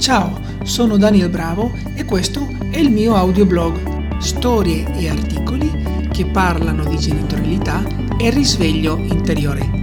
Ciao, sono Daniel Bravo e questo è il mio audioblog, storie e articoli che parlano di genitorialità e risveglio interiore.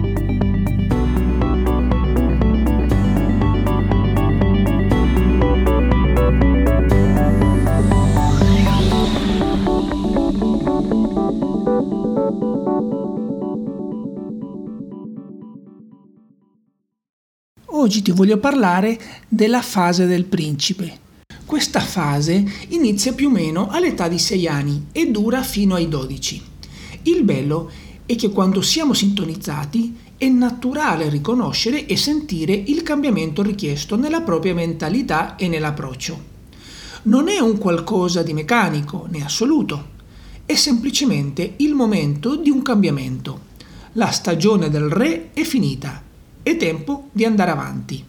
Oggi ti voglio parlare della fase del principe. Questa fase inizia più o meno all'età di 6 anni e dura fino ai 12. Il bello è che quando siamo sintonizzati è naturale riconoscere e sentire il cambiamento richiesto nella propria mentalità e nell'approccio. Non è un qualcosa di meccanico né assoluto, è semplicemente il momento di un cambiamento. La stagione del re è finita. È tempo di andare avanti.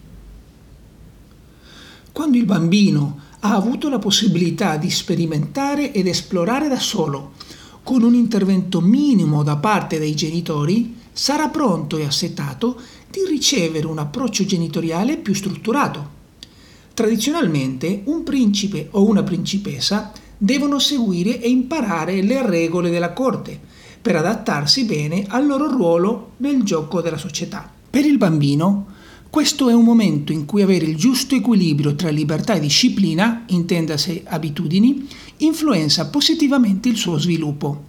Quando il bambino ha avuto la possibilità di sperimentare ed esplorare da solo, con un intervento minimo da parte dei genitori, sarà pronto e assetato di ricevere un approccio genitoriale più strutturato. Tradizionalmente, un principe o una principessa devono seguire e imparare le regole della corte per adattarsi bene al loro ruolo nel gioco della società. Per il bambino, questo è un momento in cui avere il giusto equilibrio tra libertà e disciplina, intendasi abitudini, influenza positivamente il suo sviluppo.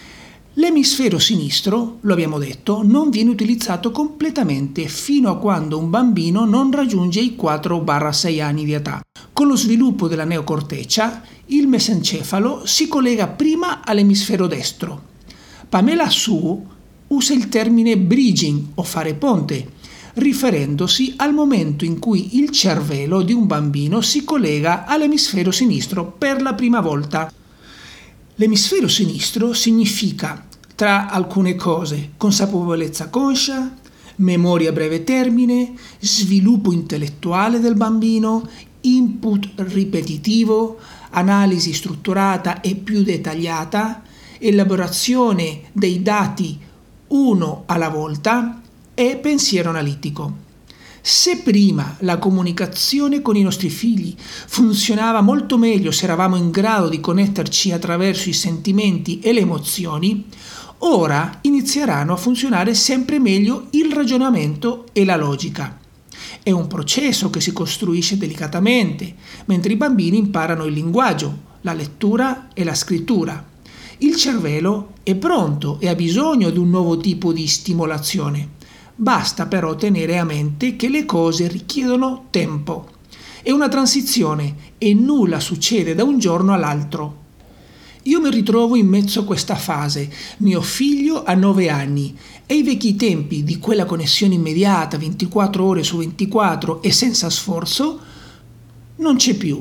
L'emisfero sinistro, lo abbiamo detto, non viene utilizzato completamente fino a quando un bambino non raggiunge i 4-6 anni di età. Con lo sviluppo della neocorteccia, il mesencefalo si collega prima all'emisfero destro. Pamela Su usa il termine bridging o fare ponte, riferendosi al momento in cui il cervello di un bambino si collega all'emisfero sinistro per la prima volta. L'emisfero sinistro significa, tra alcune cose, consapevolezza conscia, memoria a breve termine, sviluppo intellettuale del bambino, input ripetitivo, analisi strutturata e più dettagliata, elaborazione dei dati uno alla volta e pensiero analitico. Se prima la comunicazione con i nostri figli funzionava molto meglio se eravamo in grado di connetterci attraverso i sentimenti e le emozioni, ora inizieranno a funzionare sempre meglio il ragionamento e la logica. È un processo che si costruisce delicatamente, mentre i bambini imparano il linguaggio, la lettura e la scrittura. Il cervello è pronto e ha bisogno di un nuovo tipo di stimolazione. Basta però tenere a mente che le cose richiedono tempo. È una transizione e nulla succede da un giorno all'altro. Io mi ritrovo in mezzo a questa fase. Mio figlio ha 9 anni e i vecchi tempi di quella connessione immediata 24 ore su 24 e senza sforzo non c'è più.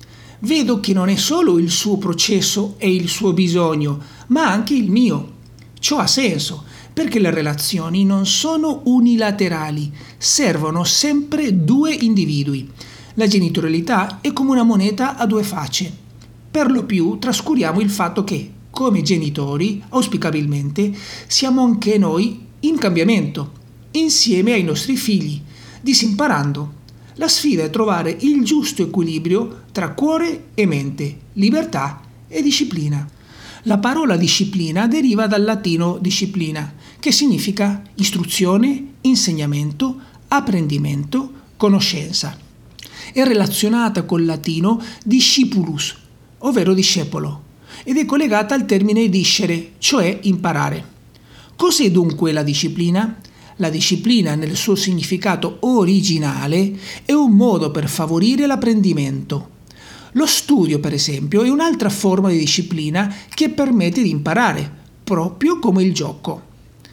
Vedo che non è solo il suo processo e il suo bisogno, ma anche il mio. Ciò ha senso, perché le relazioni non sono unilaterali, servono sempre due individui. La genitorialità è come una moneta a due facce. Per lo più trascuriamo il fatto che, come genitori, auspicabilmente, siamo anche noi in cambiamento, insieme ai nostri figli, disimparando. La sfida è trovare il giusto equilibrio tra cuore e mente, libertà e disciplina. La parola disciplina deriva dal latino disciplina, che significa istruzione, insegnamento, apprendimento, conoscenza. È relazionata col latino discipulus, ovvero discepolo, ed è collegata al termine discere, cioè imparare. Cos'è dunque la disciplina? La disciplina, nel suo significato originale, è un modo per favorire l'apprendimento. Lo studio, per esempio, è un'altra forma di disciplina che permette di imparare, proprio come il gioco.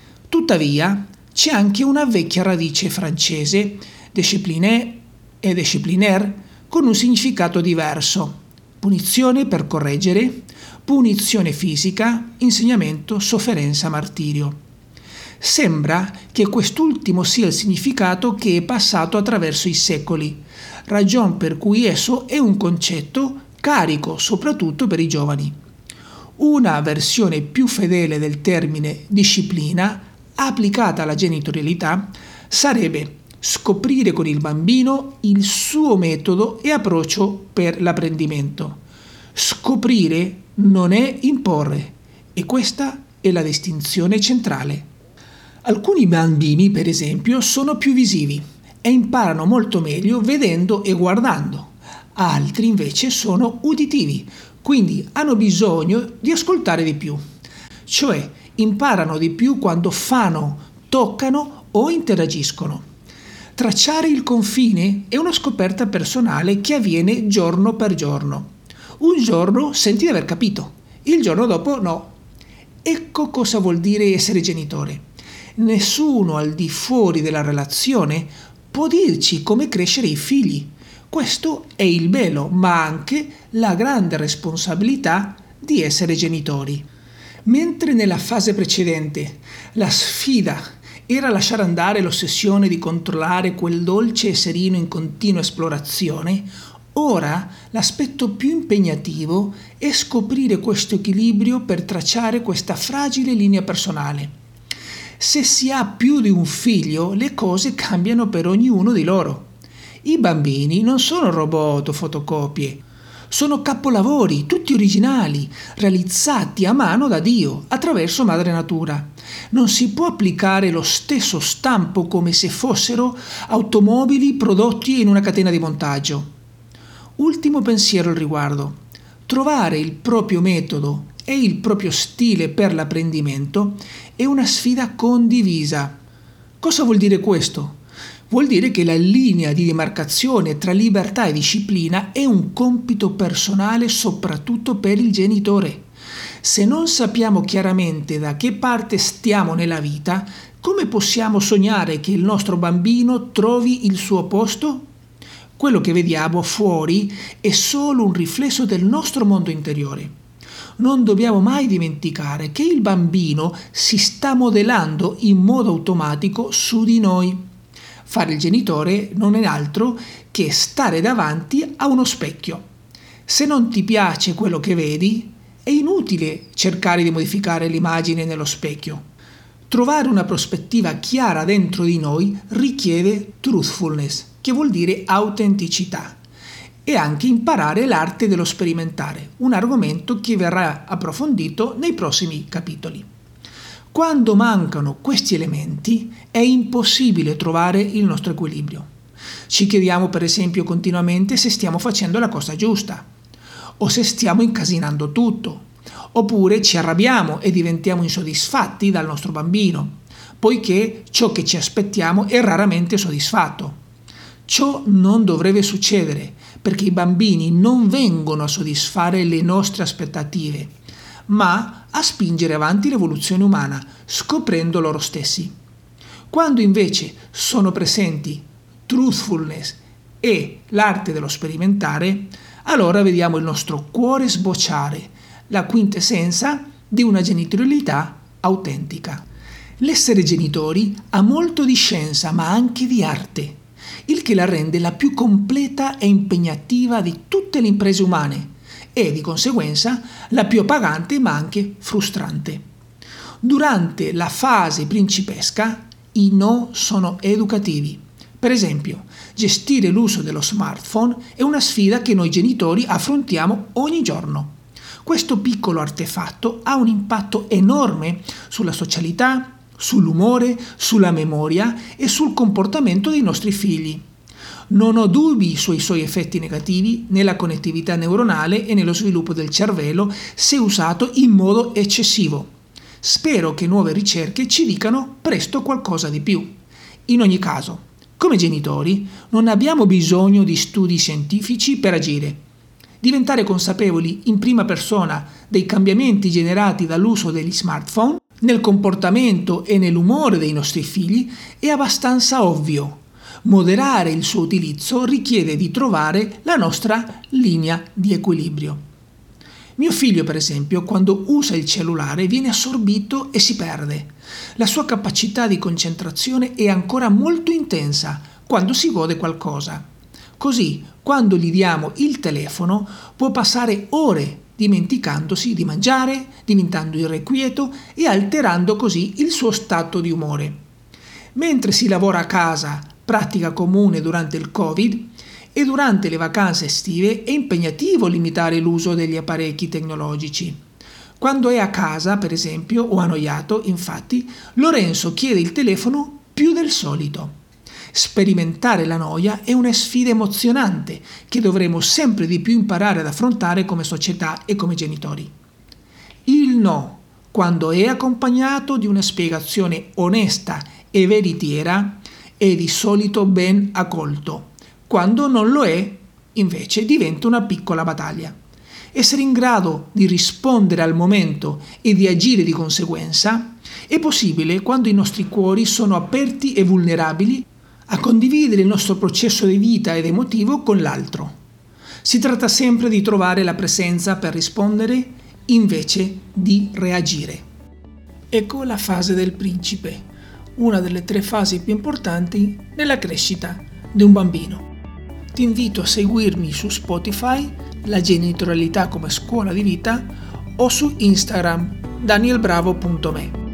Tuttavia, c'è anche una vecchia radice francese, discipliner e disciplinaire, con un significato diverso. Punizione per correggere, punizione fisica, insegnamento, sofferenza, martirio. Sembra che quest'ultimo sia il significato che è passato attraverso i secoli, ragion per cui esso è un concetto carico soprattutto per i giovani. Una versione più fedele del termine disciplina applicata alla genitorialità sarebbe scoprire con il bambino il suo metodo e approccio per l'apprendimento. Scoprire non è imporre, e questa è la distinzione centrale. Alcuni bambini, per esempio, sono più visivi e imparano molto meglio vedendo e guardando. Altri invece sono uditivi, quindi hanno bisogno di ascoltare di più. Cioè imparano di più quando fanno, toccano o interagiscono. Tracciare il confine è una scoperta personale che avviene giorno per giorno. Un giorno senti di aver capito, il giorno dopo no. Ecco cosa vuol dire essere genitore. Nessuno al di fuori della relazione può dirci come crescere i figli. Questo è il bello, ma anche la grande responsabilità di essere genitori. Mentre nella fase precedente la sfida era lasciare andare l'ossessione di controllare quel dolce esserino in continua esplorazione, ora l'aspetto più impegnativo è scoprire questo equilibrio per tracciare questa fragile linea personale. Se si ha più di un figlio, le cose cambiano per ognuno di loro. I bambini non sono robot o fotocopie, sono capolavori, tutti originali, realizzati a mano da Dio, attraverso Madre Natura. Non si può applicare lo stesso stampo come se fossero automobili prodotti in una catena di montaggio. Ultimo pensiero al riguardo. Trovare il proprio metodo e il proprio stile per l'apprendimento è una sfida condivisa. Cosa vuol dire questo? Vuol dire che la linea di demarcazione tra libertà e disciplina è un compito personale soprattutto per il genitore. Se non sappiamo chiaramente da che parte stiamo nella vita, come possiamo sognare che il nostro bambino trovi il suo posto? Quello che vediamo fuori è solo un riflesso del nostro mondo interiore. Non dobbiamo mai dimenticare che il bambino si sta modellando in modo automatico su di noi. Fare il genitore non è altro che stare davanti a uno specchio. Se non ti piace quello che vedi, è inutile cercare di modificare l'immagine nello specchio. Trovare una prospettiva chiara dentro di noi richiede truthfulness, che vuol dire autenticità, e anche imparare l'arte dello sperimentare, un argomento che verrà approfondito nei prossimi capitoli. Quando mancano questi elementi è impossibile trovare il nostro equilibrio. Ci chiediamo per esempio continuamente se stiamo facendo la cosa giusta o se stiamo incasinando tutto, oppure ci arrabbiamo e diventiamo insoddisfatti dal nostro bambino, poiché ciò che ci aspettiamo è raramente soddisfatto. Ciò non dovrebbe succedere perché i bambini non vengono a soddisfare le nostre aspettative, ma a spingere avanti l'evoluzione umana, scoprendo loro stessi. Quando invece sono presenti truthfulness e l'arte dello sperimentare, allora vediamo il nostro cuore sbocciare, la quintessenza di una genitorialità autentica. L'essere genitori ha molto di scienza, ma anche di arte, il che la rende la più completa e impegnativa di tutte le imprese umane, e di conseguenza la più appagante ma anche frustrante. Durante la fase principesca i no sono educativi. Per esempio, gestire l'uso dello smartphone è una sfida che noi genitori affrontiamo ogni giorno. Questo piccolo artefatto ha un impatto enorme sulla socialità, sull'umore, sulla memoria e sul comportamento dei nostri figli. Non ho dubbi sui suoi effetti negativi nella connettività neuronale e nello sviluppo del cervello se usato in modo eccessivo. Spero che nuove ricerche ci dicano presto qualcosa di più. In ogni caso, come genitori, non abbiamo bisogno di studi scientifici per agire. Diventare consapevoli in prima persona dei cambiamenti generati dall'uso degli smartphone nel comportamento e nell'umore dei nostri figli è abbastanza ovvio. Moderare il suo utilizzo richiede di trovare la nostra linea di equilibrio. Mio figlio, per esempio, quando usa il cellulare viene assorbito e si perde. La sua capacità di concentrazione è ancora molto intensa quando si gode qualcosa. Così, quando gli diamo il telefono, può passare ore dimenticandosi di mangiare, diventando irrequieto e alterando così il suo stato di umore. Mentre si lavora a casa pratica comune durante il Covid, e durante le vacanze estive è impegnativo limitare l'uso degli apparecchi tecnologici. Quando è a casa, per esempio, o annoiato, infatti, Lorenzo chiede il telefono più del solito. Sperimentare la noia è una sfida emozionante che dovremo sempre di più imparare ad affrontare come società e come genitori. Il no, quando è accompagnato di una spiegazione onesta e veritiera, è di solito ben accolto. Quando non lo è, invece, diventa una piccola battaglia. Essere in grado di rispondere al momento e di agire di conseguenza è possibile quando i nostri cuori sono aperti e vulnerabili a condividere il nostro processo di vita ed emotivo con l'altro. Si tratta sempre di trovare la presenza per rispondere invece di reagire. Ecco la fase del principe, una delle 3 fasi più importanti nella crescita di un bambino. Ti invito a seguirmi su Spotify, La genitorialità come scuola di vita, o su Instagram, danielbravo.me.